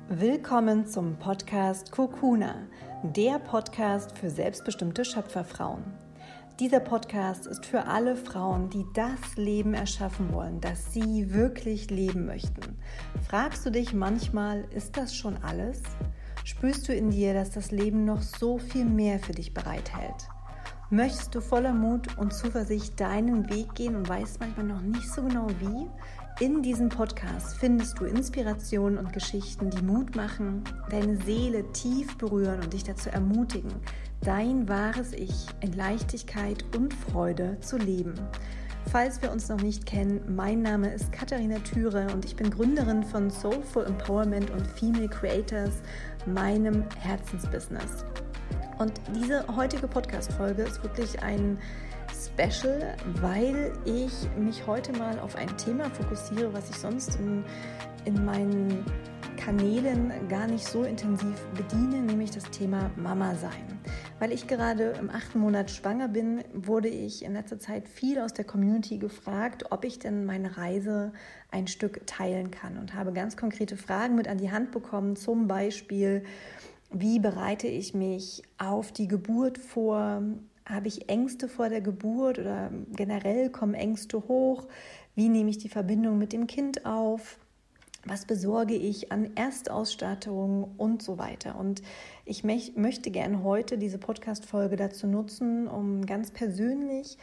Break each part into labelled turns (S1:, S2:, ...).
S1: Willkommen zum Podcast Kokuna, der Podcast für selbstbestimmte Schöpferfrauen. Dieser Podcast ist für alle Frauen, die das Leben erschaffen wollen, das sie wirklich leben möchten. Fragst du dich manchmal, ist das schon alles? Spürst du in dir, dass das Leben noch so viel mehr für dich bereithält? Möchtest du voller Mut und Zuversicht deinen Weg gehen und weißt manchmal noch nicht so genau wie? In diesem Podcast findest du Inspirationen und Geschichten, die Mut machen, deine Seele tief berühren und dich dazu ermutigen, dein wahres Ich in Leichtigkeit und Freude zu leben. Falls wir uns noch nicht kennen, mein Name ist Katharina Thüre und ich bin Gründerin von Soulful Empowerment und Female Creators, meinem Herzensbusiness. Und diese heutige Podcast-Folge ist wirklich ein Special, weil ich mich heute mal auf ein Thema fokussiere, was ich sonst in meinen Kanälen gar nicht so intensiv bediene, nämlich das Thema Mama sein. Weil ich gerade im 8. Monat schwanger bin, wurde ich in letzter Zeit viel aus der Community gefragt, ob ich denn meine Reise ein Stück teilen kann und habe ganz konkrete Fragen mit an die Hand bekommen, zum Beispiel: Wie bereite ich mich auf die Geburt vor? Habe ich Ängste vor der Geburt oder generell kommen Ängste hoch? Wie nehme ich die Verbindung mit dem Kind auf? Was besorge ich an Erstausstattung und so weiter? Und ich möchte gerne heute diese Podcast-Folge dazu nutzen, um ganz persönlich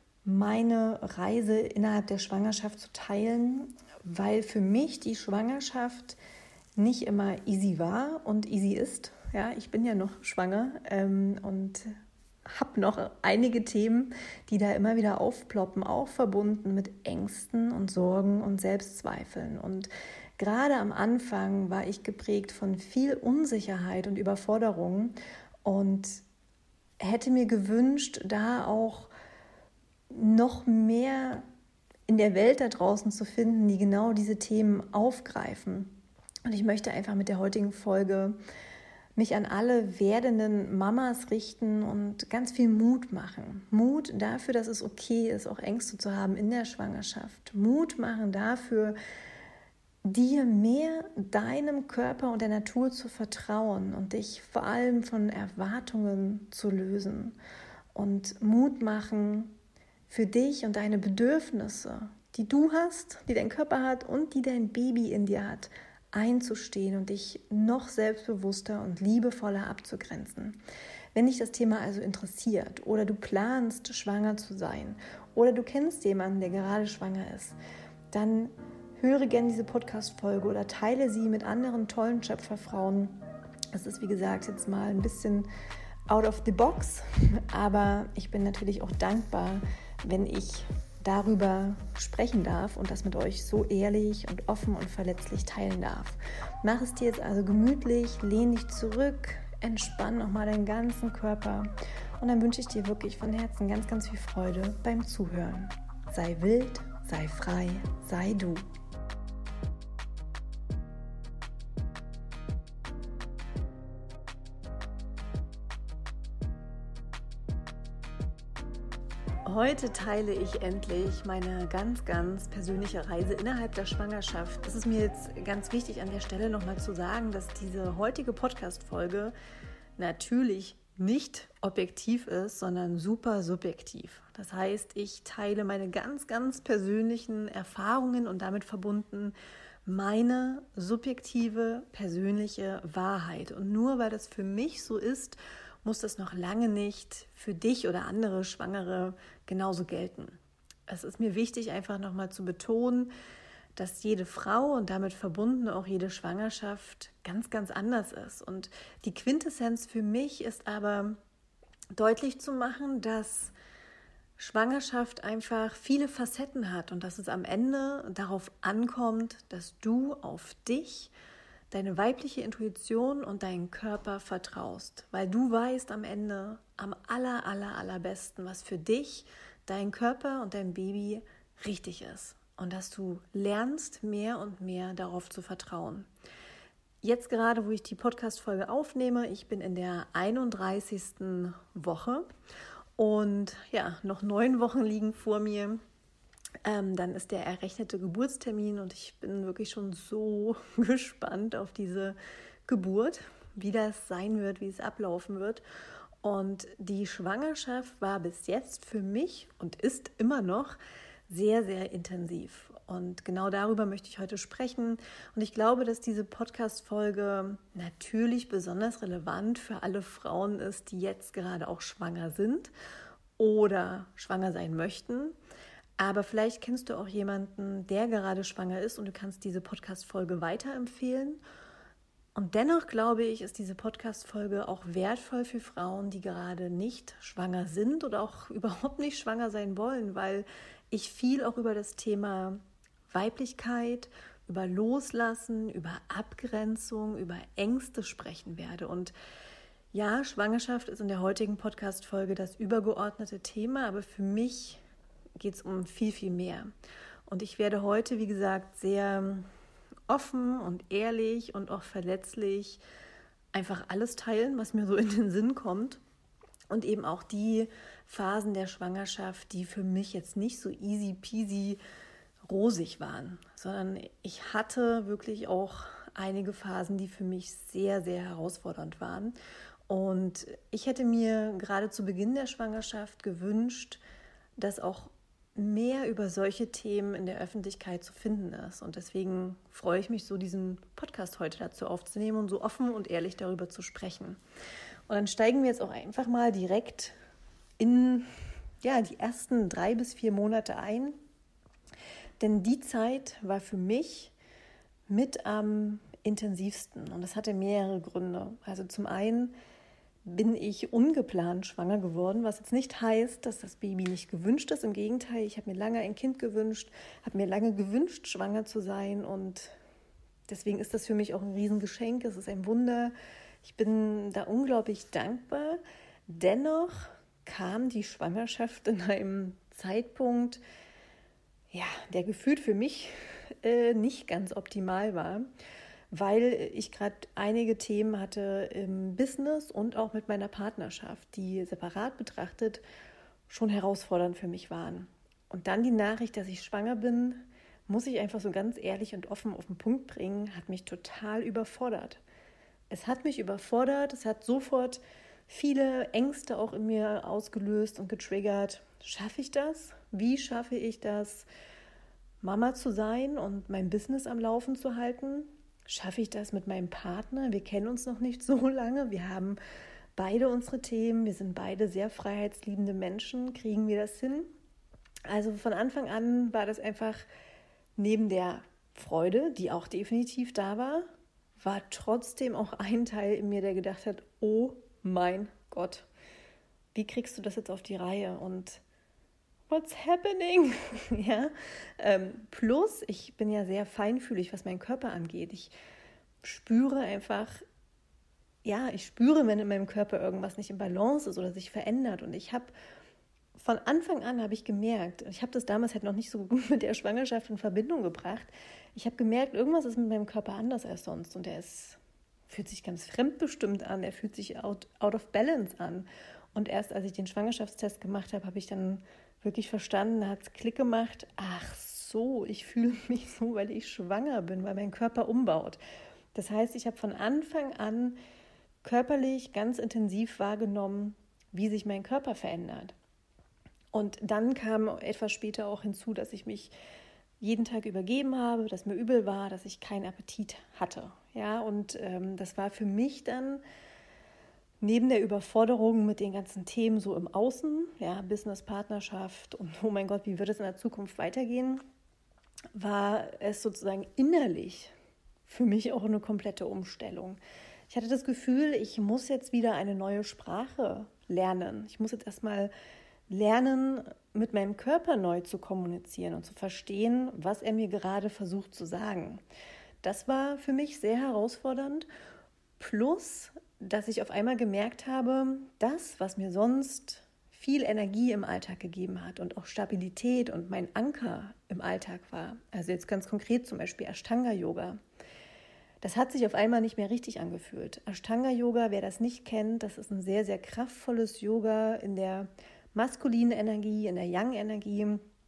S1: meine Reise innerhalb der Schwangerschaft zu teilen, weil für mich die Schwangerschaft nicht immer easy war und easy ist. Ja, ich bin ja noch schwanger und habe noch einige Themen, die da immer wieder aufploppen, auch verbunden mit Ängsten und Sorgen und Selbstzweifeln. Und gerade am Anfang war ich geprägt von viel Unsicherheit und Überforderung und hätte mir gewünscht, da auch noch mehr in der Welt da draußen zu finden, die genau diese Themen aufgreifen. Und ich möchte einfach mit der heutigen Folge mich an alle werdenden Mamas richten und ganz viel Mut machen. Mut dafür, dass es okay ist, auch Ängste zu haben in der Schwangerschaft. Mut machen dafür, dir mehr deinem Körper und der Natur zu vertrauen und dich vor allem von Erwartungen zu lösen. Und Mut machen für dich und deine Bedürfnisse, die du hast, die dein Körper hat und die dein Baby in dir hat, einzustehen und dich noch selbstbewusster und liebevoller abzugrenzen. Wenn dich das Thema also interessiert oder du planst, schwanger zu sein oder du kennst jemanden, der gerade schwanger ist, dann höre gerne diese Podcast-Folge oder teile sie mit anderen tollen Schöpferfrauen. Das ist, wie gesagt, jetzt mal ein bisschen out of the box, aber ich bin natürlich auch dankbar, wenn ich darüber sprechen darf und das mit euch so ehrlich und offen und verletzlich teilen darf. Mach es dir jetzt also gemütlich, lehn dich zurück, entspann nochmal deinen ganzen Körper und dann wünsche ich dir wirklich von Herzen ganz, ganz viel Freude beim Zuhören. Sei wild, sei frei, sei du. Heute teile ich endlich meine ganz, ganz persönliche Reise innerhalb der Schwangerschaft. Es ist mir jetzt ganz wichtig, an der Stelle nochmal zu sagen, dass diese heutige Podcast-Folge natürlich nicht objektiv ist, sondern super subjektiv. Das heißt, ich teile meine ganz, ganz persönlichen Erfahrungen und damit verbunden meine subjektive, persönliche Wahrheit. Und nur weil das für mich so ist, muss das noch lange nicht für dich oder andere Schwangere genauso gelten. Es ist mir wichtig, einfach nochmal zu betonen, dass jede Frau und damit verbunden auch jede Schwangerschaft ganz, ganz anders ist. Und die Quintessenz für mich ist aber deutlich zu machen, dass Schwangerschaft einfach viele Facetten hat und dass es am Ende darauf ankommt, dass du auf dich, deine weibliche Intuition und deinen Körper vertraust, weil du weißt am Ende am allerbesten, was für dich, dein Körper und dein Baby richtig ist und dass du lernst, mehr und mehr darauf zu vertrauen. Jetzt gerade, wo ich die Podcast-Folge aufnehme, ich bin in der 31. Woche und ja, noch 9 Wochen liegen vor mir. Dann ist der errechnete Geburtstermin und ich bin wirklich schon so gespannt auf diese Geburt, wie das sein wird, wie es ablaufen wird. Und die Schwangerschaft war bis jetzt für mich und ist immer noch sehr, sehr intensiv. Und genau darüber möchte ich heute sprechen. Und ich glaube, dass diese Podcast-Folge natürlich besonders relevant für alle Frauen ist, die jetzt gerade auch schwanger sind oder schwanger sein möchten. Aber vielleicht kennst du auch jemanden, der gerade schwanger ist und du kannst diese Podcast-Folge weiterempfehlen. Und dennoch glaube ich, ist diese Podcast-Folge auch wertvoll für Frauen, die gerade nicht schwanger sind oder auch überhaupt nicht schwanger sein wollen, weil ich viel auch über das Thema Weiblichkeit, über Loslassen, über Abgrenzung, über Ängste sprechen werde. Und ja, Schwangerschaft ist in der heutigen Podcast-Folge das übergeordnete Thema, aber für mich geht es um viel, viel mehr. Und ich werde heute, wie gesagt, sehr offen und ehrlich und auch verletzlich einfach alles teilen, was mir so in den Sinn kommt. Und eben auch die Phasen der Schwangerschaft, die für mich jetzt nicht so easy peasy rosig waren, sondern ich hatte wirklich auch einige Phasen, die für mich sehr, sehr herausfordernd waren. Und ich hätte mir gerade zu Beginn der Schwangerschaft gewünscht, dass auch mehr über solche Themen in der Öffentlichkeit zu finden ist. Und deswegen freue ich mich so, diesen Podcast heute dazu aufzunehmen und so offen und ehrlich darüber zu sprechen. Und dann steigen wir jetzt auch einfach mal direkt in die ersten 3 bis 4 Monate ein. Denn die Zeit war für mich mit am intensivsten. Und das hatte mehrere Gründe. Also zum einen bin ich ungeplant schwanger geworden, was jetzt nicht heißt, dass das Baby nicht gewünscht ist. Im Gegenteil, ich habe mir lange ein Kind gewünscht, habe mir lange gewünscht, schwanger zu sein. Und deswegen ist das für mich auch ein Riesengeschenk. Es ist ein Wunder. Ich bin da unglaublich dankbar. Dennoch kam die Schwangerschaft in einem Zeitpunkt, der gefühlt für mich nicht ganz optimal war, weil ich gerade einige Themen hatte im Business und auch mit meiner Partnerschaft, die separat betrachtet schon herausfordernd für mich waren. Und dann die Nachricht, dass ich schwanger bin, muss ich einfach so ganz ehrlich und offen auf den Punkt bringen, hat mich total überfordert. Es hat mich überfordert, es hat sofort viele Ängste auch in mir ausgelöst und getriggert. Schaffe ich das? Wie schaffe ich das, Mama zu sein und mein Business am Laufen zu halten? Schaffe ich das mit meinem Partner? Wir kennen uns noch nicht so lange. Wir haben beide unsere Themen. Wir sind beide sehr freiheitsliebende Menschen. Kriegen wir das hin? Also von Anfang an war das einfach neben der Freude, die auch definitiv da war trotzdem auch ein Teil in mir, der gedacht hat, oh mein Gott, wie kriegst du das jetzt auf die Reihe? Und what's happening? Plus, ich bin ja sehr feinfühlig, was meinen Körper angeht. Ich spüre einfach, wenn in meinem Körper irgendwas nicht im Balance ist oder sich verändert. Und von Anfang an habe ich gemerkt, ich habe das damals halt noch nicht so gut mit der Schwangerschaft in Verbindung gebracht. Ich habe gemerkt, irgendwas ist mit meinem Körper anders als sonst. Und fühlt sich ganz fremdbestimmt an, er fühlt sich out of balance an. Und erst als ich den Schwangerschaftstest gemacht habe, habe ich dann wirklich verstanden, da hat es Klick gemacht, ach so, ich fühle mich so, weil ich schwanger bin, weil mein Körper umbaut. Das heißt, ich habe von Anfang an körperlich ganz intensiv wahrgenommen, wie sich mein Körper verändert. Und dann kam etwas später auch hinzu, dass ich mich jeden Tag übergeben habe, dass mir übel war, dass ich keinen Appetit hatte. Und das war für mich dann neben der Überforderung mit den ganzen Themen so im Außen, Business, Partnerschaft und oh mein Gott, wie wird es in der Zukunft weitergehen, war es sozusagen innerlich für mich auch eine komplette Umstellung. Ich hatte das Gefühl, ich muss jetzt wieder eine neue Sprache lernen. Ich muss jetzt erstmal lernen, mit meinem Körper neu zu kommunizieren und zu verstehen, was er mir gerade versucht zu sagen. Das war für mich sehr herausfordernd. Plus, dass ich auf einmal gemerkt habe, das, was mir sonst viel Energie im Alltag gegeben hat und auch Stabilität und mein Anker im Alltag war, also jetzt ganz konkret zum Beispiel Ashtanga-Yoga, das hat sich auf einmal nicht mehr richtig angefühlt. Ashtanga-Yoga, wer das nicht kennt, das ist ein sehr, sehr kraftvolles Yoga in der maskulinen Energie, in der Yang-Energie.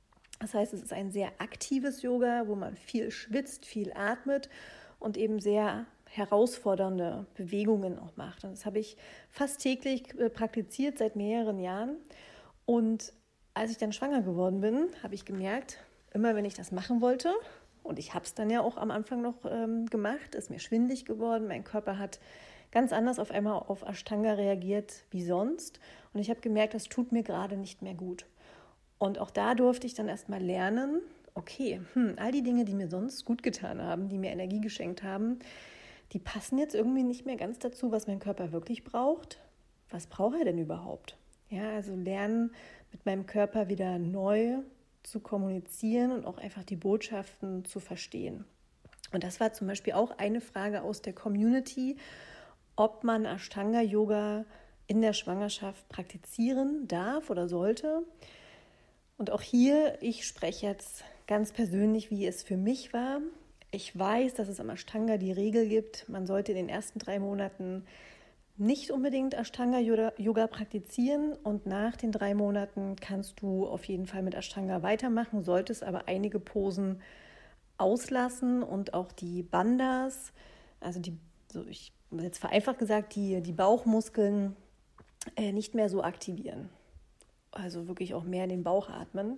S1: Das heißt, es ist ein sehr aktives Yoga, wo man viel schwitzt, viel atmet und eben sehr herausfordernde Bewegungen auch macht. Und das habe ich fast täglich praktiziert seit mehreren Jahren. Und als ich dann schwanger geworden bin, habe ich gemerkt, immer wenn ich das machen wollte, und ich habe es dann ja auch am Anfang noch gemacht, ist mir schwindelig geworden. Mein Körper hat ganz anders auf einmal auf Ashtanga reagiert wie sonst. Und ich habe gemerkt, das tut mir gerade nicht mehr gut. Und auch da durfte ich dann erstmal lernen, okay, all die Dinge, die mir sonst gut getan haben, die mir Energie geschenkt haben, die passen jetzt irgendwie nicht mehr ganz dazu, was mein Körper wirklich braucht. Was braucht er denn überhaupt? Ja, also lernen, mit meinem Körper wieder neu zu kommunizieren und auch einfach die Botschaften zu verstehen. Und das war zum Beispiel auch eine Frage aus der Community, ob man Ashtanga-Yoga in der Schwangerschaft praktizieren darf oder sollte. Und auch hier, ich spreche jetzt ganz persönlich, wie es für mich war. Ich weiß, dass es am Ashtanga die Regel gibt, man sollte in den ersten 3 Monaten nicht unbedingt Ashtanga-Yoga praktizieren und nach den 3 Monaten kannst du auf jeden Fall mit Ashtanga weitermachen, solltest aber einige Posen auslassen und auch die Bandhas, also ich jetzt vereinfacht gesagt, die Bauchmuskeln nicht mehr so aktivieren. Also wirklich auch mehr in den Bauch atmen.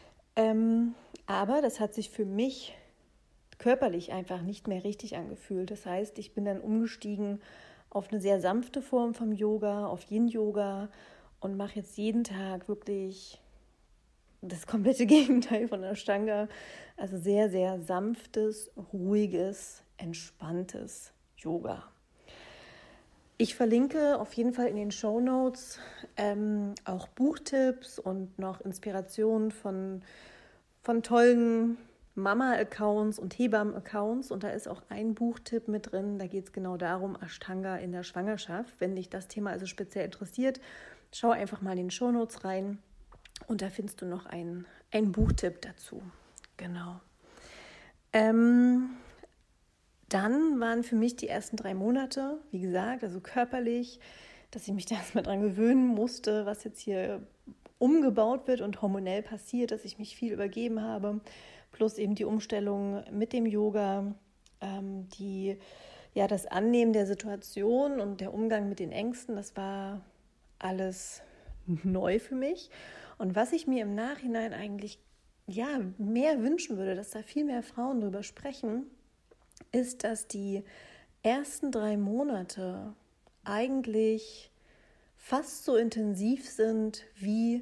S1: Aber das hat sich für mich körperlich einfach nicht mehr richtig angefühlt. Das heißt, ich bin dann umgestiegen auf eine sehr sanfte Form vom Yoga, auf Yin-Yoga und mache jetzt jeden Tag wirklich das komplette Gegenteil von Ashtanga. Also sehr, sehr sanftes, ruhiges, entspanntes Yoga. Ich verlinke auf jeden Fall in den Shownotes auch Buchtipps und noch Inspirationen von tollen Mama-Accounts und Hebammen-Accounts. Und da ist auch ein Buchtipp mit drin, da geht es genau darum, Ashtanga in der Schwangerschaft. Wenn dich das Thema also speziell interessiert, schau einfach mal in den Shownotes rein und da findest du noch einen Buchtipp dazu. Genau. Dann waren für mich die ersten 3 Monate, wie gesagt, also körperlich, dass ich mich da erstmal dran gewöhnen musste, was jetzt hier umgebaut wird und hormonell passiert, dass ich mich viel übergeben habe, plus eben die Umstellung mit dem Yoga, das Annehmen der Situation und der Umgang mit den Ängsten, das war alles neu für mich. Und was ich mir im Nachhinein eigentlich mehr wünschen würde, dass da viel mehr Frauen drüber sprechen, ist, dass die ersten 3 Monate eigentlich fast so intensiv sind wie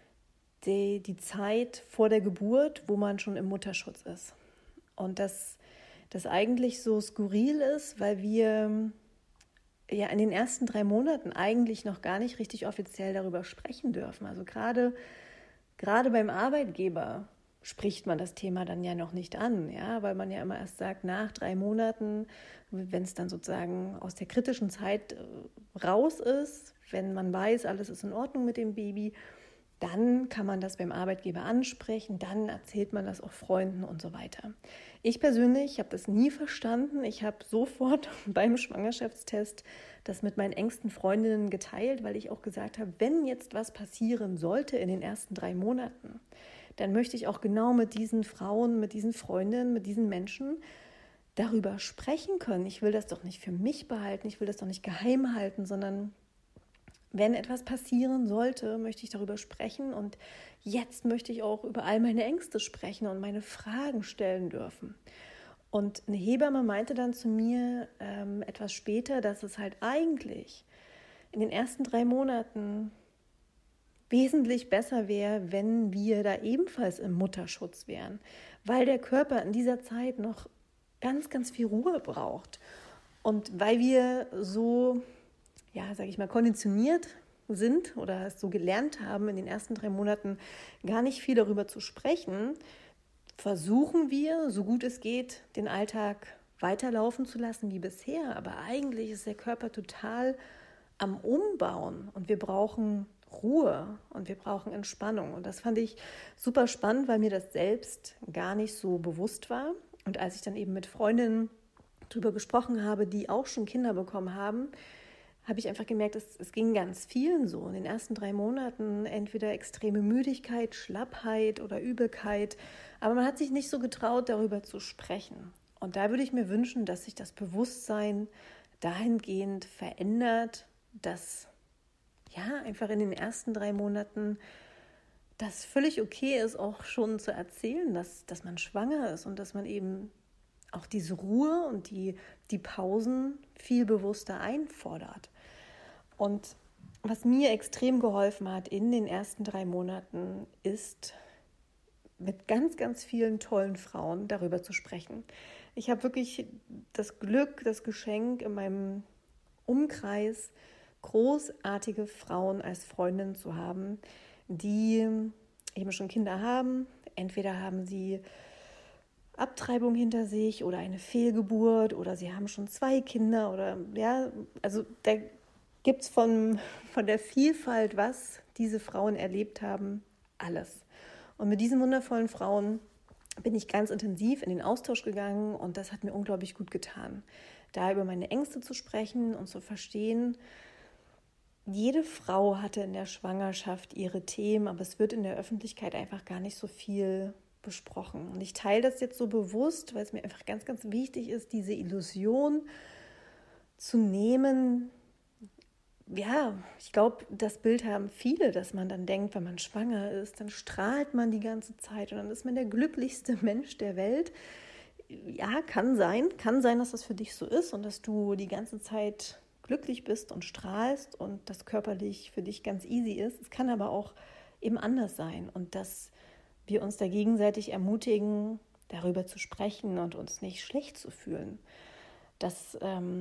S1: die Zeit vor der Geburt, wo man schon im Mutterschutz ist. Und dass das eigentlich so skurril ist, weil wir ja in den ersten 3 Monaten eigentlich noch gar nicht richtig offiziell darüber sprechen dürfen. Also gerade beim Arbeitgeber spricht man das Thema dann ja noch nicht an, ja, weil man ja immer erst sagt, nach 3 Monaten, wenn es dann sozusagen aus der kritischen Zeit raus ist, wenn man weiß, alles ist in Ordnung mit dem Baby, dann kann man das beim Arbeitgeber ansprechen, dann erzählt man das auch Freunden und so weiter. Ich persönlich habe das nie verstanden. Ich habe sofort beim Schwangerschaftstest das mit meinen engsten Freundinnen geteilt, weil ich auch gesagt habe, wenn jetzt was passieren sollte in den ersten 3 Monaten, dann möchte ich auch genau mit diesen Frauen, mit diesen Freundinnen, mit diesen Menschen darüber sprechen können. Ich will das doch nicht für mich behalten, ich will das doch nicht geheim halten, sondern wenn etwas passieren sollte, möchte ich darüber sprechen und jetzt möchte ich auch über all meine Ängste sprechen und meine Fragen stellen dürfen. Und eine Hebamme meinte dann zu mir etwas später, dass es halt eigentlich in den ersten 3 Monaten wesentlich besser wäre, wenn wir da ebenfalls im Mutterschutz wären, weil der Körper in dieser Zeit noch ganz, ganz viel Ruhe braucht. Und weil wir so, konditioniert sind oder es so gelernt haben, in den ersten 3 Monaten gar nicht viel darüber zu sprechen, versuchen wir, so gut es geht, den Alltag weiterlaufen zu lassen wie bisher. Aber eigentlich ist der Körper total am Umbauen und wir brauchen Ruhe und wir brauchen Entspannung. Und das fand ich super spannend, weil mir das selbst gar nicht so bewusst war. Und als ich dann eben mit Freundinnen darüber gesprochen habe, die auch schon Kinder bekommen haben, habe ich einfach gemerkt, es ging ganz vielen so. In den ersten 3 Monaten entweder extreme Müdigkeit, Schlappheit oder Übelkeit. Aber man hat sich nicht so getraut, darüber zu sprechen. Und da würde ich mir wünschen, dass sich das Bewusstsein dahingehend verändert, dass ja einfach in den ersten 3 Monaten das völlig okay ist, auch schon zu erzählen, dass man schwanger ist und dass man eben auch diese Ruhe und die Pausen viel bewusster einfordert. Und was mir extrem geholfen hat in den ersten 3 Monaten, ist mit ganz, ganz vielen tollen Frauen darüber zu sprechen. Ich habe wirklich das Glück, das Geschenk in meinem Umkreis, großartige Frauen als Freundinnen zu haben, die eben schon Kinder haben. Entweder haben sie Abtreibung hinter sich oder eine Fehlgeburt oder sie haben schon 2 Kinder oder ja, also da gibt es von der Vielfalt, was diese Frauen erlebt haben, alles. Und mit diesen wundervollen Frauen bin ich ganz intensiv in den Austausch gegangen und das hat mir unglaublich gut getan, da über meine Ängste zu sprechen und zu verstehen, jede Frau hatte in der Schwangerschaft ihre Themen, aber es wird in der Öffentlichkeit einfach gar nicht so viel besprochen. Und ich teile das jetzt so bewusst, weil es mir einfach ganz, ganz wichtig ist, diese Illusion zu nehmen. Ja, ich glaube, das Bild haben viele, dass man dann denkt, wenn man schwanger ist, dann strahlt man die ganze Zeit und dann ist man der glücklichste Mensch der Welt. Ja, kann sein, dass das für dich so ist und dass du die ganze Zeit glücklich bist und strahlst und das körperlich für dich ganz easy ist. Es kann aber auch eben anders sein und dass wir uns da gegenseitig ermutigen, darüber zu sprechen und uns nicht schlecht zu fühlen. Das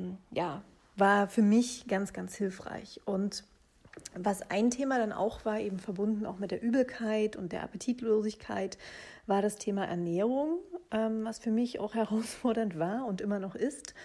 S1: war für mich ganz, ganz hilfreich. Und was ein Thema dann auch war, eben verbunden auch mit der Übelkeit und der Appetitlosigkeit, war das Thema Ernährung, was für mich auch herausfordernd war und immer noch ist.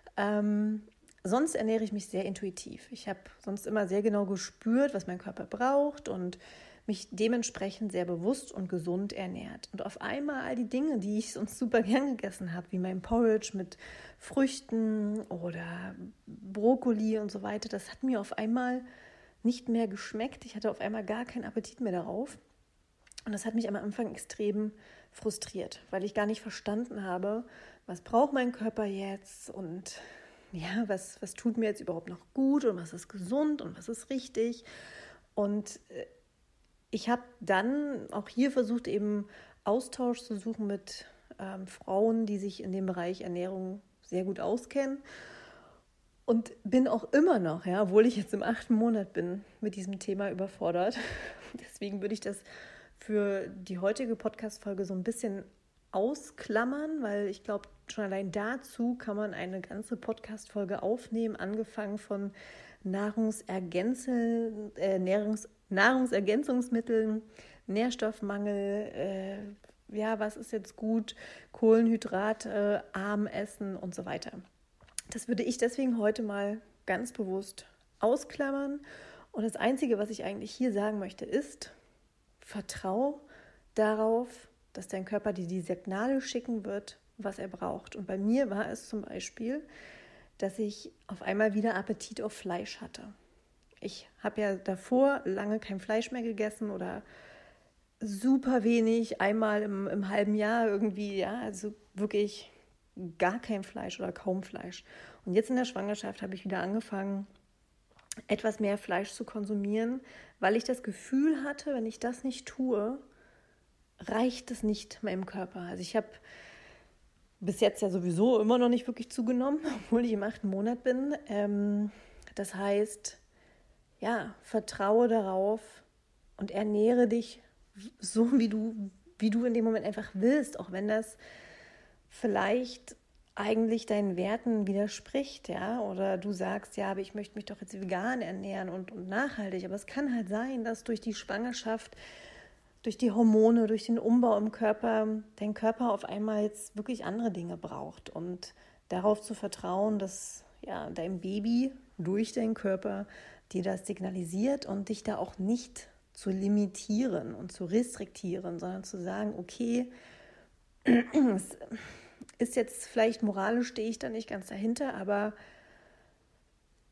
S1: Sonst ernähre ich mich sehr intuitiv. Ich habe sonst immer sehr genau gespürt, was mein Körper braucht und mich dementsprechend sehr bewusst und gesund ernährt. Und auf einmal all die Dinge, die ich sonst super gern gegessen habe, wie mein Porridge mit Früchten oder Brokkoli und so weiter, das hat mir auf einmal nicht mehr geschmeckt. Ich hatte auf einmal gar keinen Appetit mehr darauf. Und das hat mich am Anfang extrem frustriert, weil ich gar nicht verstanden habe, was braucht mein Körper jetzt und ja, was tut mir jetzt überhaupt noch gut und was ist gesund und was ist richtig. Und ich habe dann auch hier versucht, eben Austausch zu suchen mit Frauen, die sich in dem Bereich Ernährung sehr gut auskennen. Und bin auch immer noch, ja, obwohl ich jetzt im 8. Monat bin, mit diesem Thema überfordert. Deswegen würde ich das für die heutige Podcast-Folge so ein bisschen ausklammern, weil ich glaube, schon allein dazu kann man eine ganze Podcast-Folge aufnehmen, angefangen von Nahrungsergänzungsmitteln, Nährstoffmangel, was ist jetzt gut, Kohlenhydrate, arm essen und so weiter. Das würde ich deswegen heute mal ganz bewusst ausklammern. Und das Einzige, was ich eigentlich hier sagen möchte, ist, vertrau darauf, dass dein Körper dir die Signale schicken wird, was er braucht. Und bei mir war es zum Beispiel, dass ich auf einmal wieder Appetit auf Fleisch hatte. Ich habe ja davor lange kein Fleisch mehr gegessen oder super wenig, einmal im halben Jahr irgendwie, ja, also wirklich gar kein Fleisch oder kaum Fleisch. Und jetzt in der Schwangerschaft habe ich wieder angefangen, etwas mehr Fleisch zu konsumieren, weil ich das Gefühl hatte, wenn ich das nicht tue, reicht es nicht meinem Körper. Also ich habe bis jetzt ja sowieso immer noch nicht wirklich zugenommen, obwohl ich im 8. Monat bin. Das heißt, ja, vertraue darauf und ernähre dich so, wie du in dem Moment einfach willst, auch wenn das vielleicht eigentlich deinen Werten widerspricht, ja, oder du sagst, ja, aber ich möchte mich doch jetzt vegan ernähren und nachhaltig, aber es kann halt sein, dass durch die Schwangerschaft, durch die Hormone, durch den Umbau im Körper, dein Körper auf einmal jetzt wirklich andere Dinge braucht und darauf zu vertrauen, dass ja dein Baby durch deinen Körper dir das signalisiert und dich da auch nicht zu limitieren und zu restriktieren, sondern zu sagen, okay, es ist jetzt vielleicht moralisch, stehe ich da nicht ganz dahinter, aber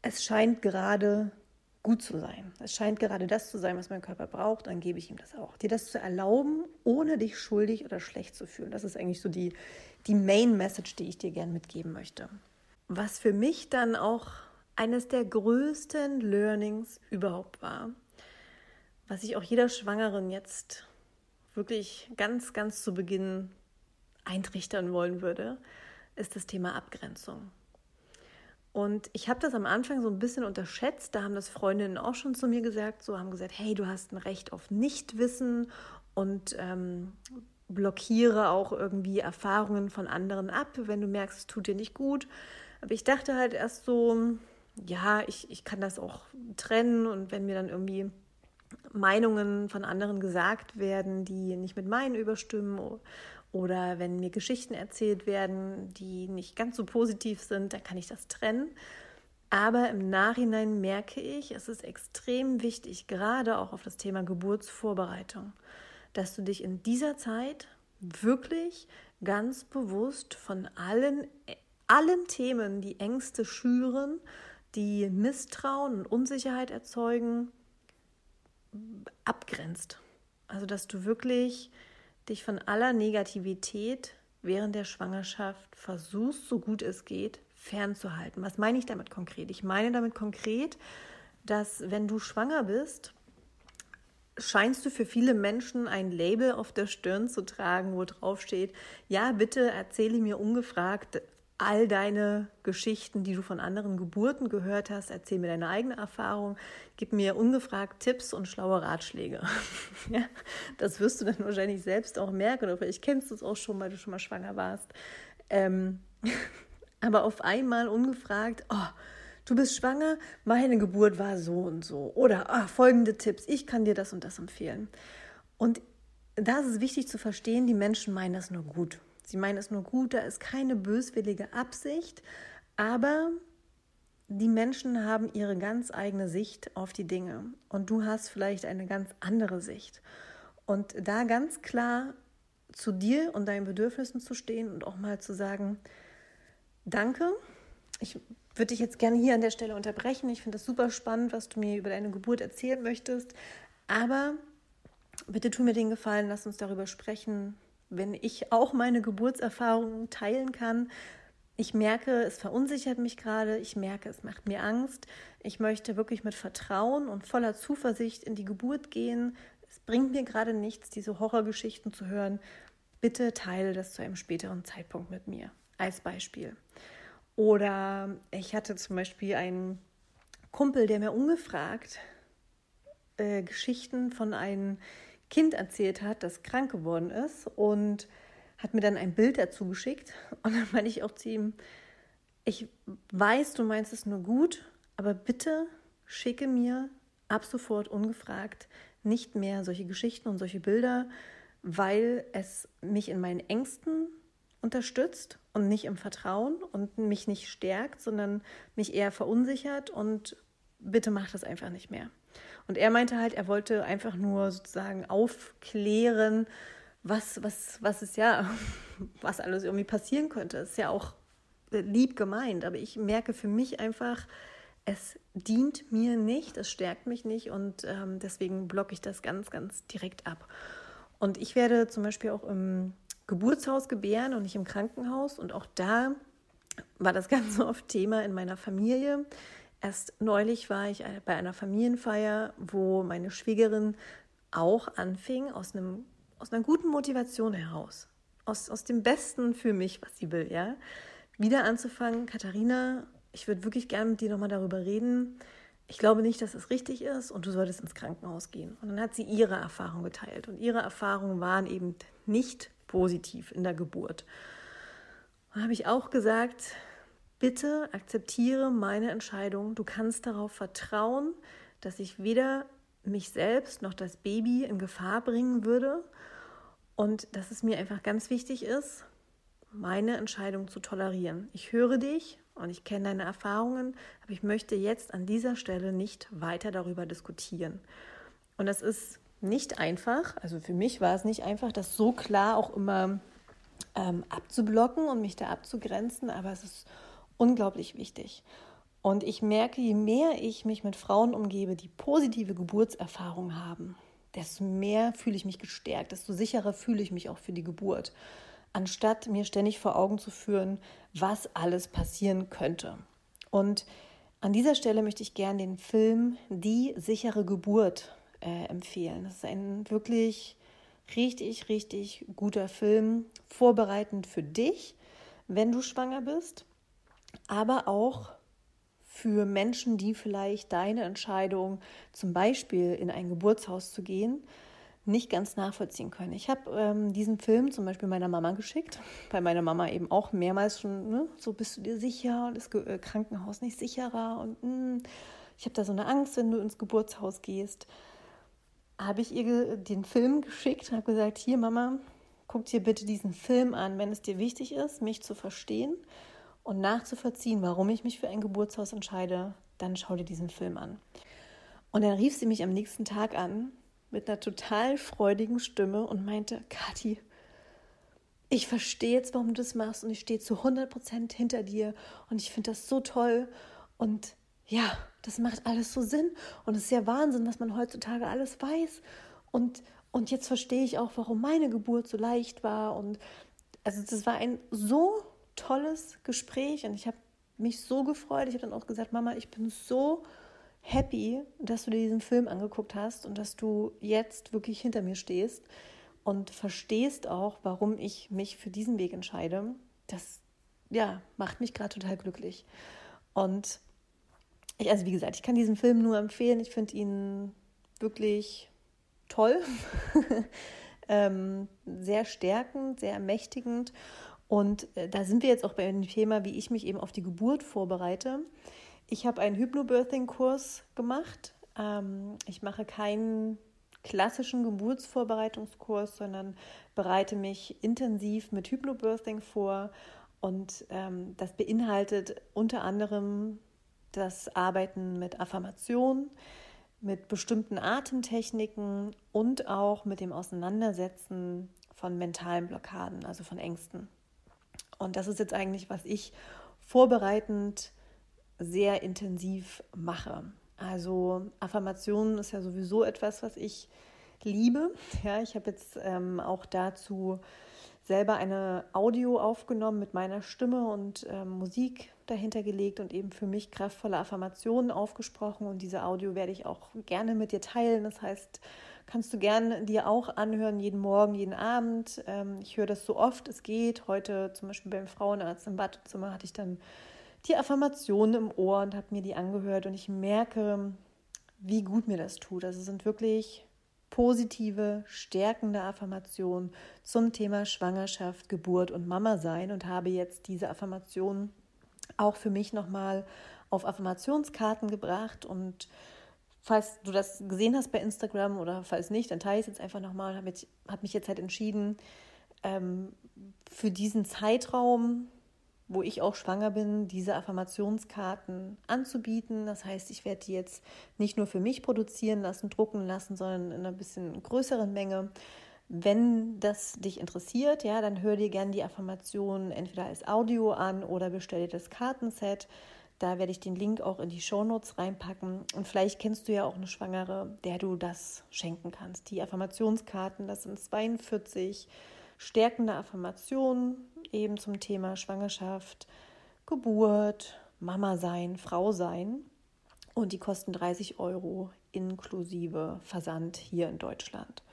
S1: es scheint gerade gut zu sein. Es scheint gerade das zu sein, was mein Körper braucht, dann gebe ich ihm das auch. Dir das zu erlauben, ohne dich schuldig oder schlecht zu fühlen. Das ist eigentlich so die Main Message, die ich dir gerne mitgeben möchte. Was für mich dann auch eines der größten Learnings überhaupt war, was ich auch jeder Schwangeren jetzt wirklich ganz, ganz zu Beginn eintrichtern wollen würde, ist das Thema Abgrenzung. Und ich habe das am Anfang so ein bisschen unterschätzt, da haben das Freundinnen auch schon zu mir gesagt, so haben gesagt, hey, du hast ein Recht auf Nichtwissen und blockiere auch irgendwie Erfahrungen von anderen ab, wenn du merkst, es tut dir nicht gut. Aber ich dachte halt erst so, ja, ich kann das auch trennen und wenn mir dann irgendwie Meinungen von anderen gesagt werden, die nicht mit meinen überstimmen oder wenn mir Geschichten erzählt werden, die nicht ganz so positiv sind, dann kann ich das trennen. Aber im Nachhinein merke ich, es ist extrem wichtig, gerade auch auf das Thema Geburtsvorbereitung, dass du dich in dieser Zeit wirklich ganz bewusst von allen Themen, die Ängste schüren, die Misstrauen und Unsicherheit erzeugen, abgrenzt. Also dass du wirklich dich von aller Negativität während der Schwangerschaft versuchst, so gut es geht, fernzuhalten. Was meine ich damit konkret? Ich meine damit konkret, dass wenn du schwanger bist, scheinst du für viele Menschen ein Label auf der Stirn zu tragen, wo drauf steht, ja, bitte erzähle mir ungefragt all deine Geschichten, die du von anderen Geburten gehört hast, erzähl mir deine eigene Erfahrung, gib mir ungefragt Tipps und schlaue Ratschläge. Ja, das wirst du dann wahrscheinlich selbst auch merken, oder vielleicht kennst du es auch schon, weil du schon mal schwanger warst. Aber auf einmal ungefragt, du bist schwanger, meine Geburt war so und so. Oder folgende Tipps, ich kann dir das und das empfehlen. Und da ist es wichtig zu verstehen, die Menschen meinen das nur gut. Sie meinen es nur gut, da ist keine böswillige Absicht, aber die Menschen haben ihre ganz eigene Sicht auf die Dinge und du hast vielleicht eine ganz andere Sicht. Und da ganz klar zu dir und deinen Bedürfnissen zu stehen und auch mal zu sagen, danke, ich würde dich jetzt gerne hier an der Stelle unterbrechen. Ich finde das super spannend, was du mir über deine Geburt erzählen möchtest, aber bitte tu mir den Gefallen, lass uns darüber sprechen, wenn ich auch meine Geburtserfahrungen teilen kann. Ich merke, es verunsichert mich gerade, ich merke, es macht mir Angst. Ich möchte wirklich mit Vertrauen und voller Zuversicht in die Geburt gehen. Es bringt mir gerade nichts, diese Horrorgeschichten zu hören. Bitte teile das zu einem späteren Zeitpunkt mit mir, als Beispiel. Oder ich hatte zum Beispiel einen Kumpel, der mir ungefragt Geschichten von einem Kind erzählt hat, das krank geworden ist und hat mir dann ein Bild dazu geschickt. Und dann meinte ich auch zu ihm, ich weiß, du meinst es nur gut, aber bitte schicke mir ab sofort ungefragt nicht mehr solche Geschichten und solche Bilder, weil es mich in meinen Ängsten unterstützt und nicht im Vertrauen und mich nicht stärkt, sondern mich eher verunsichert und bitte mach das einfach nicht mehr. Und er meinte halt, er wollte einfach nur sozusagen aufklären, was ist ja, was alles irgendwie passieren könnte. Das ist ja auch lieb gemeint, aber ich merke für mich einfach, es dient mir nicht, es stärkt mich nicht und deswegen blocke ich das ganz, ganz direkt ab. Und ich werde zum Beispiel auch im Geburtshaus gebären und nicht im Krankenhaus und auch da war das ganz oft Thema in meiner Familie. Erst neulich war ich bei einer Familienfeier, wo meine Schwägerin auch anfing, aus einer guten Motivation heraus, aus dem Besten für mich, was sie will, ja, wieder anzufangen, Katharina, ich würde wirklich gerne mit dir nochmal darüber reden. Ich glaube nicht, dass es richtig ist und du solltest ins Krankenhaus gehen. Und dann hat sie ihre Erfahrung geteilt und ihre Erfahrungen waren eben nicht positiv in der Geburt. Da habe ich auch gesagt, bitte akzeptiere meine Entscheidung. Du kannst darauf vertrauen, dass ich weder mich selbst noch das Baby in Gefahr bringen würde und dass es mir einfach ganz wichtig ist, meine Entscheidung zu tolerieren. Ich höre dich und ich kenne deine Erfahrungen, aber ich möchte jetzt an dieser Stelle nicht weiter darüber diskutieren. Und das ist nicht einfach, also für mich war es nicht einfach, das so klar auch immer abzublocken und mich da abzugrenzen, aber es ist unglaublich wichtig. Und ich merke, je mehr ich mich mit Frauen umgebe, die positive Geburtserfahrung haben, desto mehr fühle ich mich gestärkt, desto sicherer fühle ich mich auch für die Geburt, anstatt mir ständig vor Augen zu führen, was alles passieren könnte. Und an dieser Stelle möchte ich gerne den Film Die sichere Geburt empfehlen. Das ist ein wirklich richtig, richtig guter Film, vorbereitend für dich, wenn du schwanger bist, aber auch für Menschen, die vielleicht deine Entscheidung, zum Beispiel in ein Geburtshaus zu gehen, nicht ganz nachvollziehen können. Ich habe diesen Film zum Beispiel meiner Mama geschickt, weil meine Mama eben auch mehrmals schon, ne, so bist du dir sicher und ist Krankenhaus nicht sicherer und ich habe da so eine Angst, wenn du ins Geburtshaus gehst. Habe ich ihr den Film geschickt und habe gesagt, hier Mama, guck dir bitte diesen Film an, wenn es dir wichtig ist, mich zu verstehen und nachzuvollziehen, warum ich mich für ein Geburtshaus entscheide, dann schau dir diesen Film an. Und dann rief sie mich am nächsten Tag an mit einer total freudigen Stimme und meinte, Kathi, ich verstehe jetzt, warum du das machst und ich stehe zu 100% hinter dir und ich finde das so toll und ja, das macht alles so Sinn und es ist ja Wahnsinn, was man heutzutage alles weiß und jetzt verstehe ich auch, warum meine Geburt so leicht war und also das war ein so tolles Gespräch und ich habe mich so gefreut. Ich habe dann auch gesagt, Mama, ich bin so happy, dass du dir diesen Film angeguckt hast und dass du jetzt wirklich hinter mir stehst und verstehst auch, warum ich mich für diesen Weg entscheide. Das ja, macht mich gerade total glücklich. Und also wie gesagt, ich kann diesen Film nur empfehlen. Ich finde ihn wirklich toll, sehr stärkend, sehr ermächtigend. Und da sind wir jetzt auch bei dem Thema, wie ich mich eben auf die Geburt vorbereite. Ich habe einen Hypnobirthing-Kurs gemacht. Ich mache keinen klassischen Geburtsvorbereitungskurs, sondern bereite mich intensiv mit Hypnobirthing vor. Und das beinhaltet unter anderem das Arbeiten mit Affirmationen, mit bestimmten Atemtechniken und auch mit dem Auseinandersetzen von mentalen Blockaden, also von Ängsten. Und das ist jetzt eigentlich, was ich vorbereitend sehr intensiv mache. Also Affirmationen ist ja sowieso etwas, was ich liebe. Ja, ich habe jetzt auch dazu selber eine Audio aufgenommen mit meiner Stimme und Musik dahinter gelegt und eben für mich kraftvolle Affirmationen aufgesprochen. Und diese Audio werde ich auch gerne mit dir teilen. Das heißt, kannst du gerne dir auch anhören, jeden Morgen, jeden Abend. Ich höre das so oft es geht. Heute zum Beispiel beim Frauenarzt im Wartezimmer hatte ich dann die Affirmationen im Ohr und habe mir die angehört. Und ich merke, wie gut mir das tut. Also es sind wirklich positive, stärkende Affirmationen zum Thema Schwangerschaft, Geburt und Mama sein und habe jetzt diese Affirmationen auch für mich nochmal auf Affirmationskarten gebracht. Und falls du das gesehen hast bei Instagram oder falls nicht, dann teile ich es jetzt einfach nochmal. Habe mich jetzt halt entschieden, für diesen Zeitraum, wo ich auch schwanger bin, diese Affirmationskarten anzubieten. Das heißt, ich werde die jetzt nicht nur für mich produzieren lassen, drucken lassen, sondern in einer bisschen größeren Menge. Wenn das dich interessiert, ja, dann hör dir gerne die Affirmationen entweder als Audio an oder bestell dir das Kartenset. Da werde ich den Link auch in die Shownotes reinpacken. Und vielleicht kennst du ja auch eine Schwangere, der du das schenken kannst. Die Affirmationskarten, das sind 42 stärkende Affirmationen eben zum Thema Schwangerschaft, Geburt, Mama sein, Frau sein. Und die kosten 30 € inklusive Versand hier in Deutschland.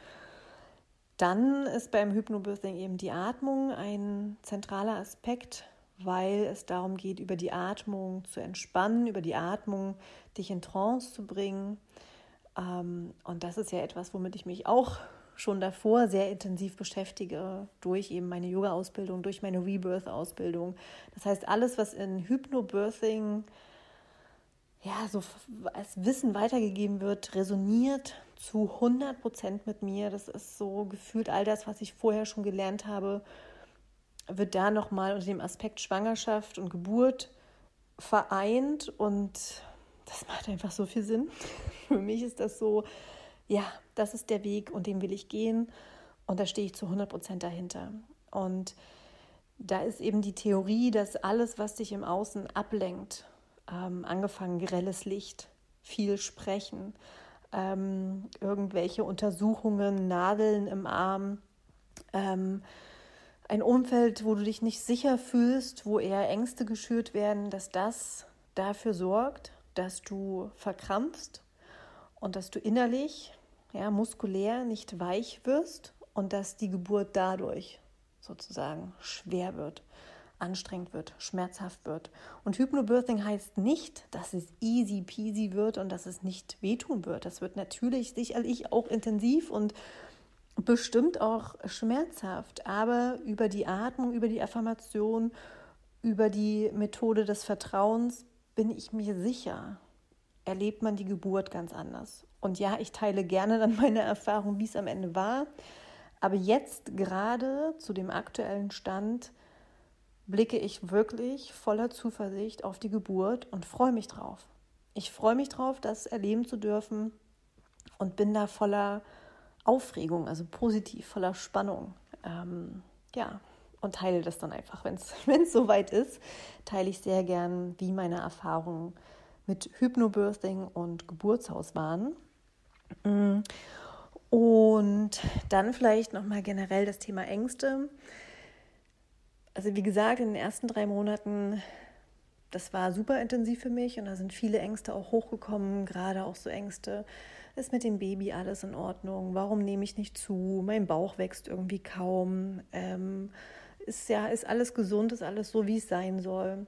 S1: Dann ist beim Hypnobirthing eben die Atmung ein zentraler Aspekt, weil es darum geht, über die Atmung zu entspannen, über die Atmung dich in Trance zu bringen. Und das ist ja etwas, womit ich mich auch schon davor sehr intensiv beschäftige, durch eben meine Yoga-Ausbildung, durch meine Rebirth-Ausbildung. Das heißt, alles, was in Hypnobirthing ja, so als Wissen weitergegeben wird, resoniert zu 100% mit mir. Das ist so gefühlt all das, was ich vorher schon gelernt habe, wird da nochmal unter dem Aspekt Schwangerschaft und Geburt vereint und das macht einfach so viel Sinn. Für mich ist das so, ja, das ist der Weg und den will ich gehen und da stehe ich zu 100% dahinter. Und da ist eben die Theorie, dass alles, was dich im Außen ablenkt, angefangen grelles Licht, viel sprechen, irgendwelche Untersuchungen, Nadeln im Arm, ein Umfeld, wo du dich nicht sicher fühlst, wo eher Ängste geschürt werden, dass das dafür sorgt, dass du verkrampfst und dass du innerlich, muskulär nicht weich wirst und dass die Geburt dadurch sozusagen schwer wird, anstrengend wird, schmerzhaft wird. Und Hypnobirthing heißt nicht, dass es easy peasy wird und dass es nicht wehtun wird. Das wird natürlich sicherlich auch intensiv und bestimmt auch schmerzhaft, aber über die Atmung, über die Affirmation, über die Methode des Vertrauens bin ich mir sicher, erlebt man die Geburt ganz anders. Und ja, ich teile gerne dann meine Erfahrung, wie es am Ende war, aber jetzt gerade zu dem aktuellen Stand blicke ich wirklich voller Zuversicht auf die Geburt und freue mich drauf. Ich freue mich drauf, das erleben zu dürfen und bin da voller Aufregung, also positiv, voller Spannung. Und teile das dann einfach, wenn es soweit ist, teile ich sehr gern, wie meine Erfahrungen mit Hypnobirthing und Geburtshaus waren. Und dann vielleicht nochmal generell das Thema Ängste. Also wie gesagt, in den ersten 3 Monaten, das war super intensiv für mich und da sind viele Ängste auch hochgekommen, gerade auch so Ängste, ist mit dem Baby alles in Ordnung, warum nehme ich nicht zu, mein Bauch wächst irgendwie kaum, ist alles gesund, ist alles so, wie es sein soll.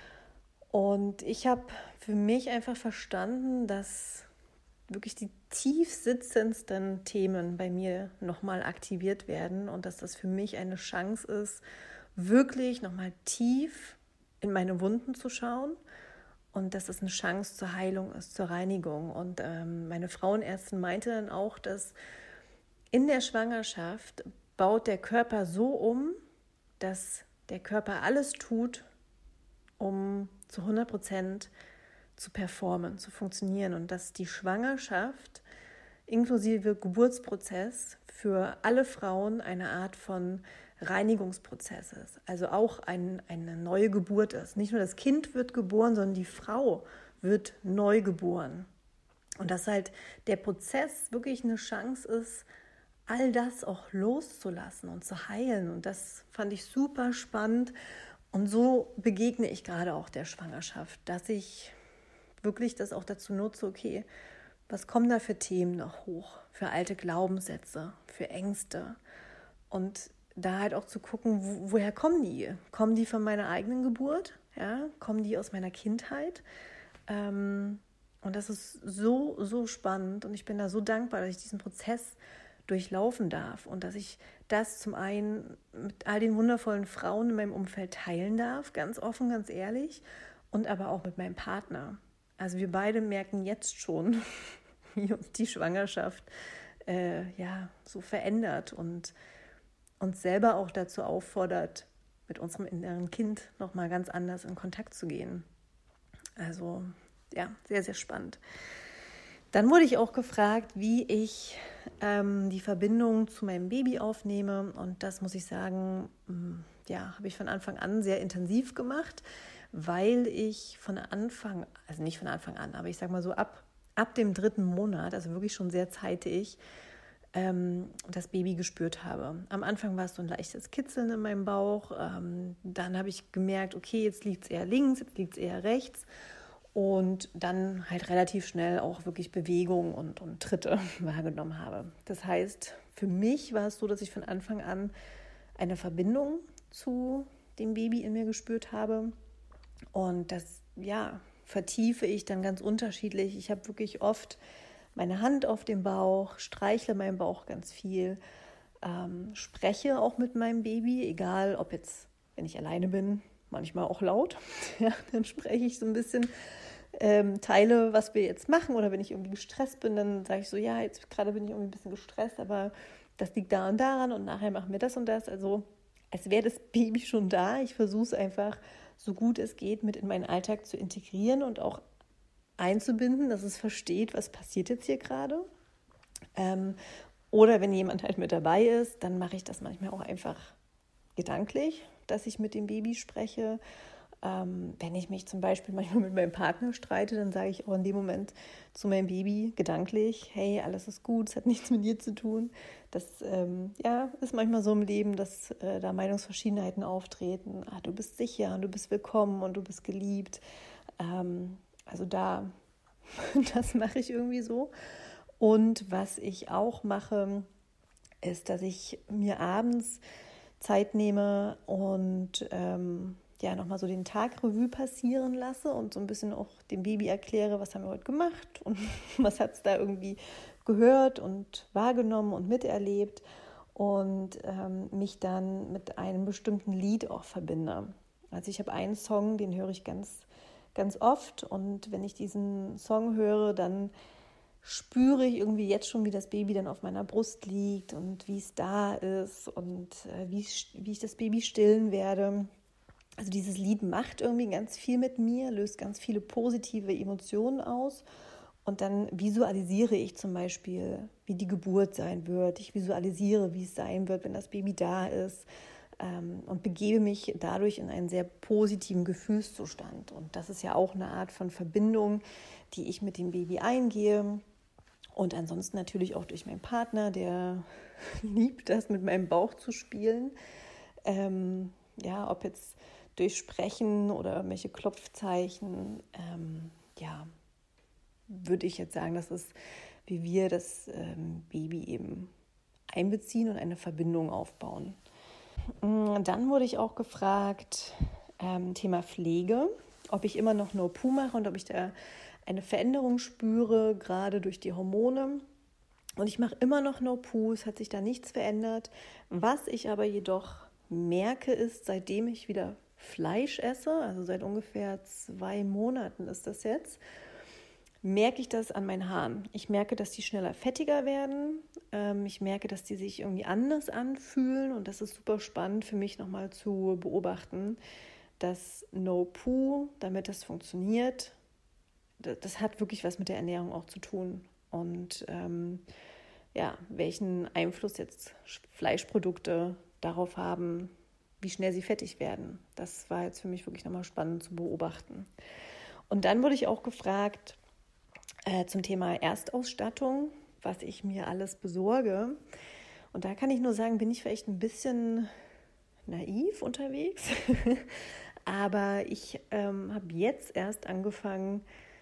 S1: Und ich habe für mich einfach verstanden, dass wirklich die tief sitzendsten Themen bei mir nochmal aktiviert werden und dass das für mich eine Chance ist, wirklich nochmal tief in meine Wunden zu schauen und dass es eine Chance zur Heilung ist, zur Reinigung. Und meine Frauenärztin meinte dann auch, dass in der Schwangerschaft baut der Körper so um, dass der Körper alles tut, um zu 100% zu performen, zu funktionieren und dass die Schwangerschaft inklusive Geburtsprozess für alle Frauen eine Art von Reinigungsprozess ist, also auch eine neue Geburt ist. Nicht nur das Kind wird geboren, sondern die Frau wird neu geboren. Und dass halt der Prozess wirklich eine Chance ist, all das auch loszulassen und zu heilen. Und das fand ich super spannend. Und so begegne ich gerade auch der Schwangerschaft, dass ich wirklich das auch dazu nutze, okay, was kommen da für Themen noch hoch, für alte Glaubenssätze, für Ängste und da halt auch zu gucken, woher kommen die? Kommen die von meiner eigenen Geburt? Ja? Kommen die aus meiner Kindheit? Und das ist so, so spannend und ich bin da so dankbar, dass ich diesen Prozess durchlaufen darf und dass ich das zum einen mit all den wundervollen Frauen in meinem Umfeld teilen darf, ganz offen, ganz ehrlich, und aber auch mit meinem Partner. Also wir beide merken jetzt schon, wie uns die Schwangerschaft so verändert und uns selber auch dazu auffordert, mit unserem inneren Kind nochmal ganz anders in Kontakt zu gehen. Also ja, sehr, sehr spannend. Dann wurde ich auch gefragt, wie ich die Verbindung zu meinem Baby aufnehme und das muss ich sagen, habe ich von Anfang an sehr intensiv gemacht, weil ich nicht von Anfang an, aber ich sage mal so ab dem 3. Monat, also wirklich schon sehr zeitig, das Baby gespürt habe. Am Anfang war es so ein leichtes Kitzeln in meinem Bauch. Dann habe ich gemerkt, okay, jetzt liegt es eher links, jetzt liegt es eher rechts. Und dann halt relativ schnell auch wirklich Bewegung und Tritte wahrgenommen habe. Das heißt, für mich war es so, dass ich von Anfang an eine Verbindung zu dem Baby in mir gespürt habe. Und das, vertiefe ich dann ganz unterschiedlich. Ich habe wirklich oft meine Hand auf dem Bauch, streichle meinen Bauch ganz viel, spreche auch mit meinem Baby, egal ob jetzt, wenn ich alleine bin, manchmal auch laut. Ja, dann spreche ich so ein bisschen, teile, was wir jetzt machen oder wenn ich irgendwie gestresst bin, dann sage ich so, ja, jetzt gerade bin ich irgendwie ein bisschen gestresst, aber das liegt da und daran und nachher machen wir das und das. Also als wäre das Baby schon da. Ich versuche es einfach so gut es geht mit in meinen Alltag zu integrieren und auch einzubinden, dass es versteht, was passiert jetzt hier gerade. Oder wenn jemand halt mit dabei ist, dann mache ich das manchmal auch einfach gedanklich, dass ich mit dem Baby spreche. Wenn ich mich zum Beispiel manchmal mit meinem Partner streite, dann sage ich auch in dem Moment zu meinem Baby gedanklich, hey, alles ist gut, es hat nichts mit dir zu tun. Das ist manchmal so im Leben, dass da Meinungsverschiedenheiten auftreten. Du bist sicher und du bist willkommen und du bist geliebt. Das mache ich irgendwie so. Und was ich auch mache, ist, dass ich mir abends Zeit nehme und nochmal so den Tag Revue passieren lasse und so ein bisschen auch dem Baby erkläre, was haben wir heute gemacht und was hat es da irgendwie gehört und wahrgenommen und miterlebt und mich dann mit einem bestimmten Lied auch verbinde. Also ich habe einen Song, den höre ich ganz, ganz oft und wenn ich diesen Song höre, dann spüre ich irgendwie jetzt schon, wie das Baby dann auf meiner Brust liegt und wie es da ist und wie ich das Baby stillen werde. Also dieses Lied macht irgendwie ganz viel mit mir, löst ganz viele positive Emotionen aus. Und dann visualisiere ich zum Beispiel, wie die Geburt sein wird. Ich visualisiere, wie es sein wird, wenn das Baby da ist. Und begebe mich dadurch in einen sehr positiven Gefühlszustand. Und das ist ja auch eine Art von Verbindung, die ich mit dem Baby eingehe. Und ansonsten natürlich auch durch meinen Partner, der liebt das, mit meinem Bauch zu spielen. Ob jetzt durch Sprechen oder irgendwelche Klopfzeichen, würde ich jetzt sagen, das ist, wie wir das Baby eben einbeziehen und eine Verbindung aufbauen. Dann wurde ich auch gefragt, Thema Pflege, ob ich immer noch No-Poo mache und ob ich da eine Veränderung spüre, gerade durch die Hormone. Und ich mache immer noch No-Poo, es hat sich da nichts verändert. Was ich aber jedoch merke, ist, seitdem ich wieder Fleisch esse, also seit ungefähr 2 Monaten ist das jetzt, merke ich das an meinen Haaren. Ich merke, dass die schneller fettiger werden. Ich merke, dass die sich irgendwie anders anfühlen. Und das ist super spannend für mich nochmal zu beobachten, dass No-Poo, damit das funktioniert, das hat wirklich was mit der Ernährung auch zu tun. Und welchen Einfluss jetzt Fleischprodukte darauf haben, wie schnell sie fettig werden. Das war jetzt für mich wirklich nochmal spannend zu beobachten. Und dann wurde ich auch gefragt zum Thema Erstausstattung, was ich mir alles besorge. Und da kann ich nur sagen, bin ich vielleicht ein bisschen naiv unterwegs. Aber ich habe jetzt erst angefangen,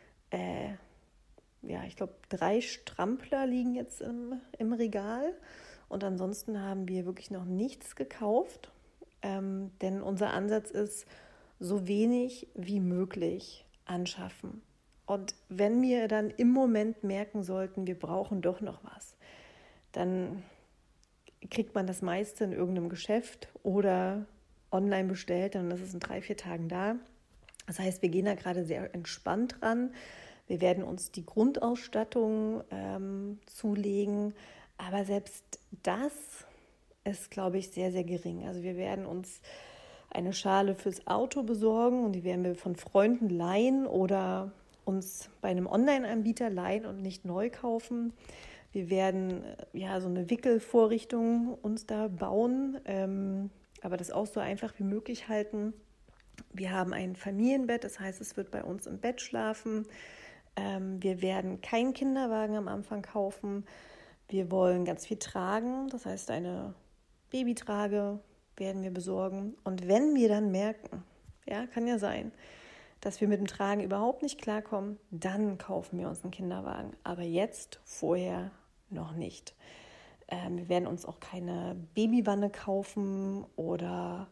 S1: ich glaube 3 Strampler liegen jetzt im Regal. Und ansonsten haben wir wirklich noch nichts gekauft. Denn unser Ansatz ist, so wenig wie möglich anschaffen. Und wenn wir dann im Moment merken sollten, wir brauchen doch noch was, dann kriegt man das meiste in irgendeinem Geschäft oder online bestellt, dann ist es in 3-4 Tagen da. Das heißt, wir gehen da gerade sehr entspannt ran. Wir werden uns die Grundausstattung zulegen, aber selbst das ist, glaube ich, sehr, sehr gering. Also wir werden uns eine Schale fürs Auto besorgen und die werden wir von Freunden leihen oder uns bei einem Online-Anbieter leihen und nicht neu kaufen. Wir werden so eine Wickelvorrichtung uns da bauen, aber das auch so einfach wie möglich halten. Wir haben ein Familienbett, das heißt, es wird bei uns im Bett schlafen. Wir werden keinen Kinderwagen am Anfang kaufen. Wir wollen ganz viel tragen, das heißt eine Babytrage werden wir besorgen. Und wenn wir dann merken, kann ja sein, dass wir mit dem Tragen überhaupt nicht klarkommen, dann kaufen wir uns einen Kinderwagen. Aber jetzt, vorher noch nicht. Wir werden uns auch keine Babywanne kaufen oder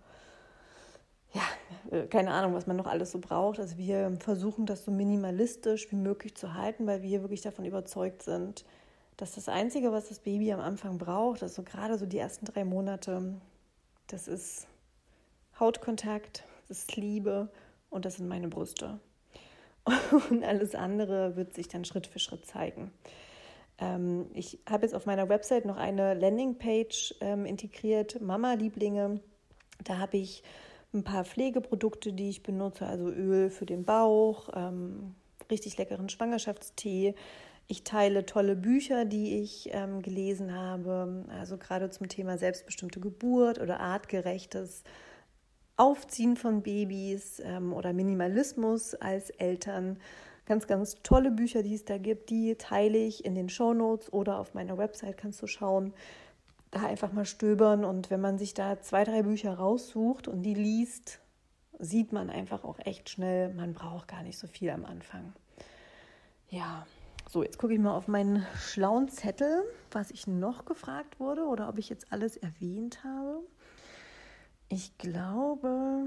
S1: keine Ahnung, was man noch alles so braucht. Also wir versuchen das so minimalistisch wie möglich zu halten, weil wir wirklich davon überzeugt sind, dass das Einzige, was das Baby am Anfang braucht, also gerade so die ersten 3 Monate, das ist Hautkontakt, das ist Liebe und das sind meine Brüste. Und alles andere wird sich dann Schritt für Schritt zeigen. Ich habe jetzt auf meiner Website noch eine Landingpage integriert, Mama-Lieblinge. Da habe ich ein paar Pflegeprodukte, die ich benutze, also Öl für den Bauch, richtig leckeren Schwangerschaftstee. Ich teile tolle Bücher, die ich gelesen habe, also gerade zum Thema selbstbestimmte Geburt oder artgerechtes Aufziehen von Babys oder Minimalismus als Eltern. Ganz, ganz tolle Bücher, die es da gibt, die teile ich in den Shownotes oder auf meiner Website kannst du schauen. Da einfach mal stöbern und wenn man sich da 2, 3 Bücher raussucht und die liest, sieht man einfach auch echt schnell, man braucht gar nicht so viel am Anfang. Ja, so jetzt gucke ich mal auf meinen schlauen Zettel, was ich noch gefragt wurde oder ob ich jetzt alles erwähnt habe. Ich glaube,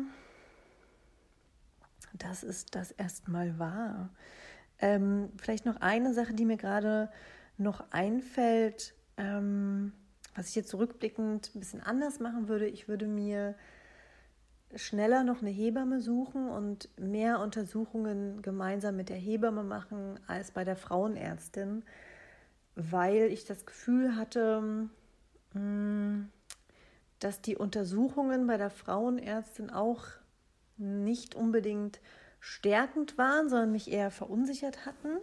S1: dass es das erstmal war. Vielleicht noch eine Sache, die mir gerade noch einfällt, was ich jetzt zurückblickend ein bisschen anders machen würde. Ich würde mir schneller noch eine Hebamme suchen und mehr Untersuchungen gemeinsam mit der Hebamme machen als bei der Frauenärztin, weil ich das Gefühl hatte, dass die Untersuchungen bei der Frauenärztin auch nicht unbedingt stärkend waren, sondern mich eher verunsichert hatten.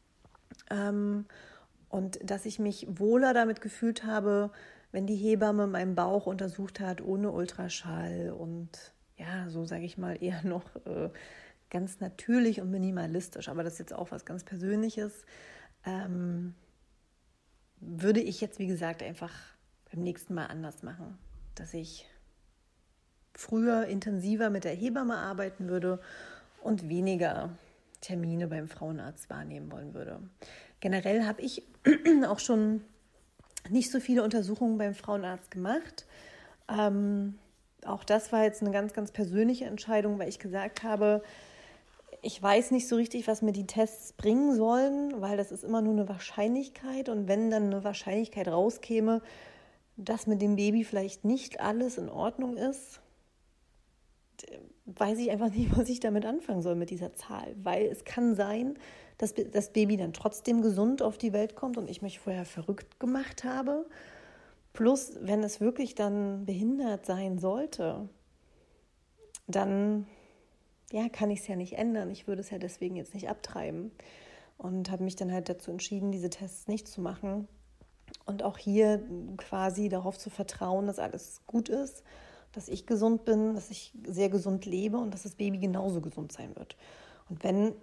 S1: Und dass ich mich wohler damit gefühlt habe, wenn die Hebamme meinen Bauch untersucht hat, ohne Ultraschall und ja, so sage ich mal, eher noch ganz natürlich und minimalistisch. Aber das ist jetzt auch was ganz Persönliches. Würde ich jetzt, wie gesagt, einfach beim nächsten Mal anders machen. Dass ich früher intensiver mit der Hebamme arbeiten würde und weniger Termine beim Frauenarzt wahrnehmen wollen würde. Generell habe ich auch schon nicht so viele Untersuchungen beim Frauenarzt gemacht. Auch das war jetzt eine ganz, ganz persönliche Entscheidung, weil ich gesagt habe, ich weiß nicht so richtig, was mir die Tests bringen sollen, weil das ist immer nur eine Wahrscheinlichkeit. Und wenn dann eine Wahrscheinlichkeit rauskäme, dass mit dem Baby vielleicht nicht alles in Ordnung ist, weiß ich einfach nicht, was ich damit anfangen soll mit dieser Zahl. Weil es kann sein, dass das Baby dann trotzdem gesund auf die Welt kommt und ich mich vorher verrückt gemacht habe. Plus, wenn es wirklich dann behindert sein sollte, dann kann ich es ja nicht ändern. Ich würde es ja deswegen jetzt nicht abtreiben. Und habe mich dann halt dazu entschieden, diese Tests nicht zu machen. Und auch hier quasi darauf zu vertrauen, dass alles gut ist, dass ich gesund bin, dass ich sehr gesund lebe und dass das Baby genauso gesund sein wird. Und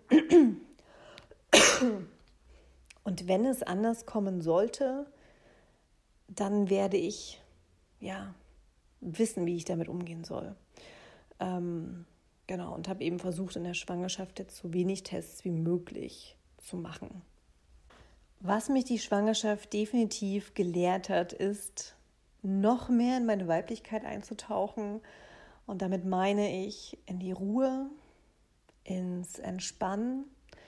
S1: wenn es anders kommen sollte, dann werde ich wissen, wie ich damit umgehen soll. Genau, und habe eben versucht, in der Schwangerschaft jetzt so wenig Tests wie möglich zu machen. Was mich die Schwangerschaft definitiv gelehrt hat, ist, noch mehr in meine Weiblichkeit einzutauchen. Und damit meine ich in die Ruhe, ins Entspannen,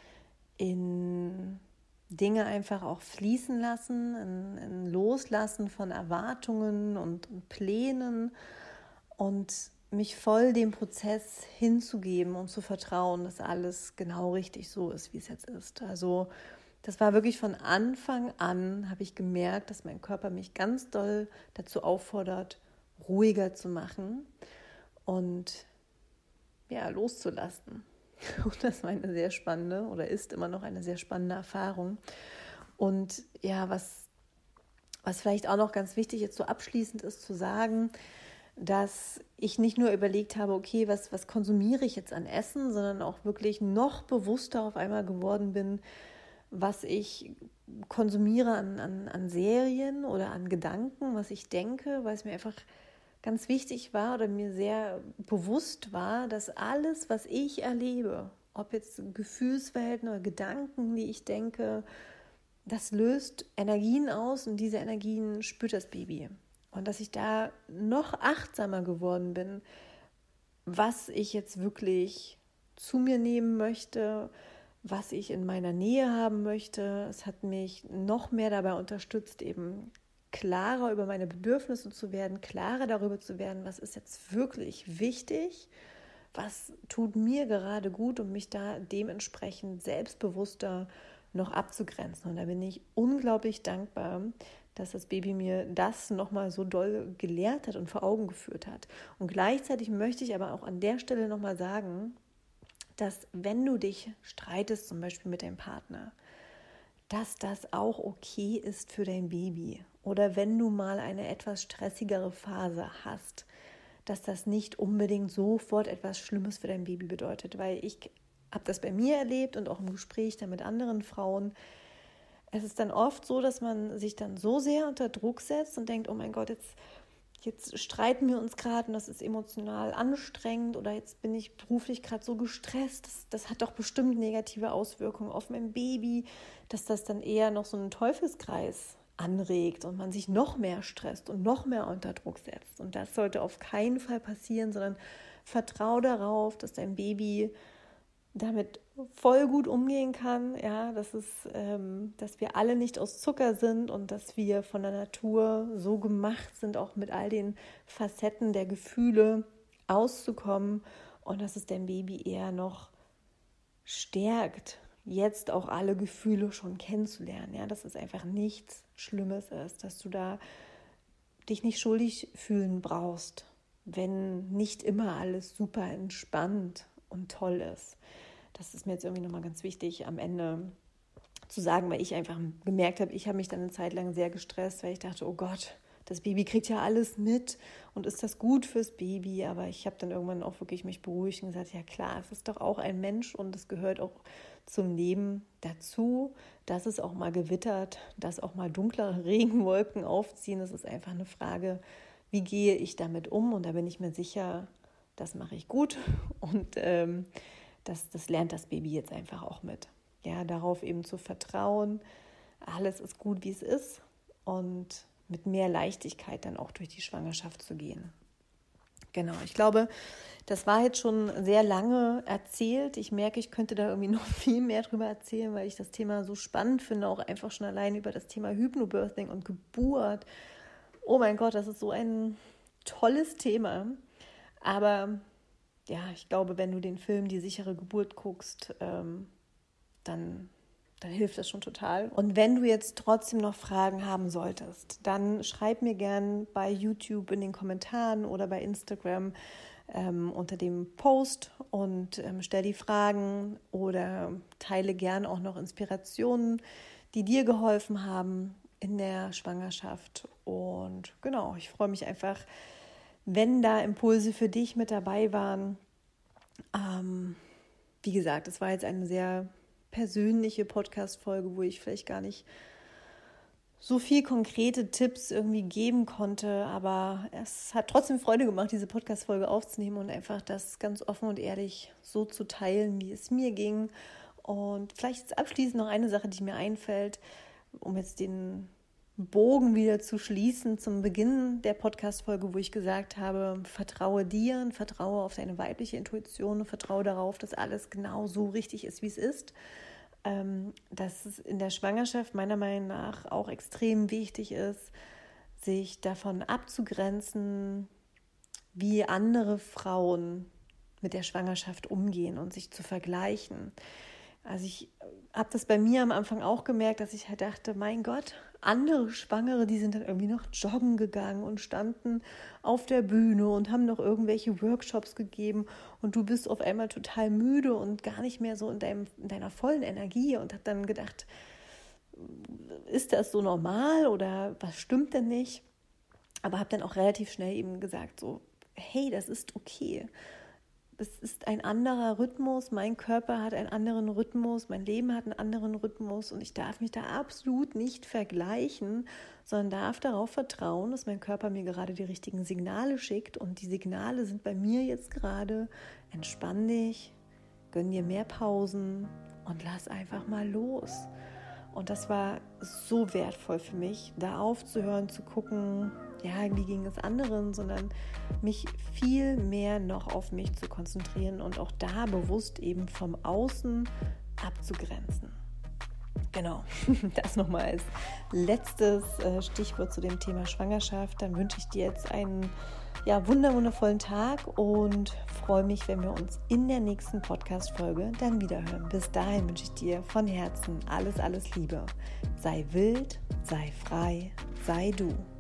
S1: in Dinge einfach auch fließen lassen, in Loslassen von Erwartungen und Plänen und mich voll dem Prozess hinzugeben und zu vertrauen, dass alles genau richtig so ist, wie es jetzt ist. Also das war wirklich von Anfang an, habe ich gemerkt, dass mein Körper mich ganz doll dazu auffordert, ruhiger zu machen und loszulassen. Und das war eine sehr spannende oder ist immer noch eine sehr spannende Erfahrung. Und ja, was vielleicht auch noch ganz wichtig jetzt so abschließend ist zu sagen, dass ich nicht nur überlegt habe, okay, was konsumiere ich jetzt an Essen, sondern auch wirklich noch bewusster auf einmal geworden bin, was ich konsumiere an Serien oder an Gedanken, was ich denke, weil es mir einfach ganz wichtig war oder mir sehr bewusst war, dass alles, was ich erlebe, ob jetzt Gefühlswelten oder Gedanken, die ich denke, das löst Energien aus und diese Energien spürt das Baby. Und dass ich da noch achtsamer geworden bin, was ich jetzt wirklich zu mir nehmen möchte, was ich in meiner Nähe haben möchte. Es hat mich noch mehr dabei unterstützt, eben klarer über meine Bedürfnisse zu werden, klarer darüber zu werden, was ist jetzt wirklich wichtig, was tut mir gerade gut, um mich da dementsprechend selbstbewusster noch abzugrenzen. Und da bin ich unglaublich dankbar, dass das Baby mir das nochmal so doll gelehrt hat und vor Augen geführt hat. Und gleichzeitig möchte ich aber auch an der Stelle nochmal sagen, dass wenn du dich streitest, zum Beispiel mit deinem Partner, dass das auch okay ist für dein Baby. Oder wenn du mal eine etwas stressigere Phase hast, dass das nicht unbedingt sofort etwas Schlimmes für dein Baby bedeutet, weil ich habe das bei mir erlebt und auch im Gespräch dann mit anderen Frauen. Es ist dann oft so, dass man sich dann so sehr unter Druck setzt und denkt, oh mein Gott, jetzt streiten wir uns gerade und das ist emotional anstrengend oder jetzt bin ich beruflich gerade so gestresst, das hat doch bestimmt negative Auswirkungen auf mein Baby, dass das dann eher noch so einen Teufelskreis anregt und man sich noch mehr stresst und noch mehr unter Druck setzt. Und das sollte auf keinen Fall passieren, sondern vertrau darauf, dass dein Baby damit voll gut umgehen kann, ja, dass wir alle nicht aus Zucker sind und dass wir von der Natur so gemacht sind, auch mit all den Facetten der Gefühle auszukommen und dass es dein Baby eher noch stärkt, jetzt auch alle Gefühle schon kennenzulernen, ja, dass es einfach nichts Schlimmes ist, dass du da dich nicht schuldig fühlen brauchst, wenn nicht immer alles super entspannt und toll ist. Das ist mir jetzt irgendwie nochmal ganz wichtig am Ende zu sagen, weil ich einfach gemerkt habe, ich habe mich dann eine Zeit lang sehr gestresst, weil ich dachte, oh Gott, das Baby kriegt ja alles mit und ist das gut fürs Baby? Aber ich habe dann irgendwann auch wirklich mich beruhigt und gesagt, ja klar, es ist doch auch ein Mensch und es gehört auch zum Leben dazu, dass es auch mal gewittert, dass auch mal dunklere Regenwolken aufziehen. Das ist einfach eine Frage, wie gehe ich damit um? Und da bin ich mir sicher, das mache ich gut und das lernt das Baby jetzt einfach auch mit. Ja, darauf eben zu vertrauen, alles ist gut, wie es ist und mit mehr Leichtigkeit dann auch durch die Schwangerschaft zu gehen. Genau, ich glaube, das war jetzt schon sehr lange erzählt. Ich merke, ich könnte da irgendwie noch viel mehr drüber erzählen, weil ich das Thema so spannend finde, auch einfach schon allein über das Thema Hypnobirthing und Geburt. Oh mein Gott, das ist so ein tolles Thema. Aber ja, ich glaube, wenn du den Film Die sichere Geburt guckst, dann hilft das schon total. Und wenn du jetzt trotzdem noch Fragen haben solltest, dann schreib mir gern bei YouTube in den Kommentaren oder bei Instagram unter dem Post und stell die Fragen oder teile gern auch noch Inspirationen, die dir geholfen haben in der Schwangerschaft. Und genau, ich freue mich einfach, wenn da Impulse für dich mit dabei waren. Wie gesagt, es war jetzt eine sehr persönliche Podcast-Folge, wo ich vielleicht gar nicht so viel konkrete Tipps irgendwie geben konnte, aber es hat trotzdem Freude gemacht, diese Podcast-Folge aufzunehmen und einfach das ganz offen und ehrlich so zu teilen, wie es mir ging. Und vielleicht jetzt abschließend noch eine Sache, die mir einfällt, um jetzt den Bogen wieder zu schließen zum Beginn der Podcast-Folge, wo ich gesagt habe, vertraue dir und vertraue auf deine weibliche Intuition und vertraue darauf, dass alles genau so richtig ist, wie es ist. Dass es in der Schwangerschaft meiner Meinung nach auch extrem wichtig ist, sich davon abzugrenzen, wie andere Frauen mit der Schwangerschaft umgehen und sich zu vergleichen. Also ich habe das bei mir am Anfang auch gemerkt, dass ich halt dachte, mein Gott, andere Schwangere, die sind dann irgendwie noch joggen gegangen und standen auf der Bühne und haben noch irgendwelche Workshops gegeben und du bist auf einmal total müde und gar nicht mehr so in deiner vollen Energie und habe dann gedacht, ist das so normal oder was stimmt denn nicht? Aber habe dann auch relativ schnell eben gesagt, so, hey, das ist okay. Es ist ein anderer Rhythmus, mein Körper hat einen anderen Rhythmus, mein Leben hat einen anderen Rhythmus und ich darf mich da absolut nicht vergleichen, sondern darf darauf vertrauen, dass mein Körper mir gerade die richtigen Signale schickt und die Signale sind bei mir jetzt gerade, entspann dich, gönn dir mehr Pausen und lass einfach mal los. Und das war so wertvoll für mich, da aufzuhören, zu gucken, ja, wie ging es anderen, sondern mich viel mehr noch auf mich zu konzentrieren und auch da bewusst eben vom Außen abzugrenzen. Genau, das nochmal als letztes Stichwort zu dem Thema Schwangerschaft. Dann wünsche ich dir jetzt einen wundervollen Tag und freue mich, wenn wir uns in der nächsten Podcast-Folge dann wiederhören. Bis dahin wünsche ich dir von Herzen alles Liebe. Sei wild, sei frei, sei du.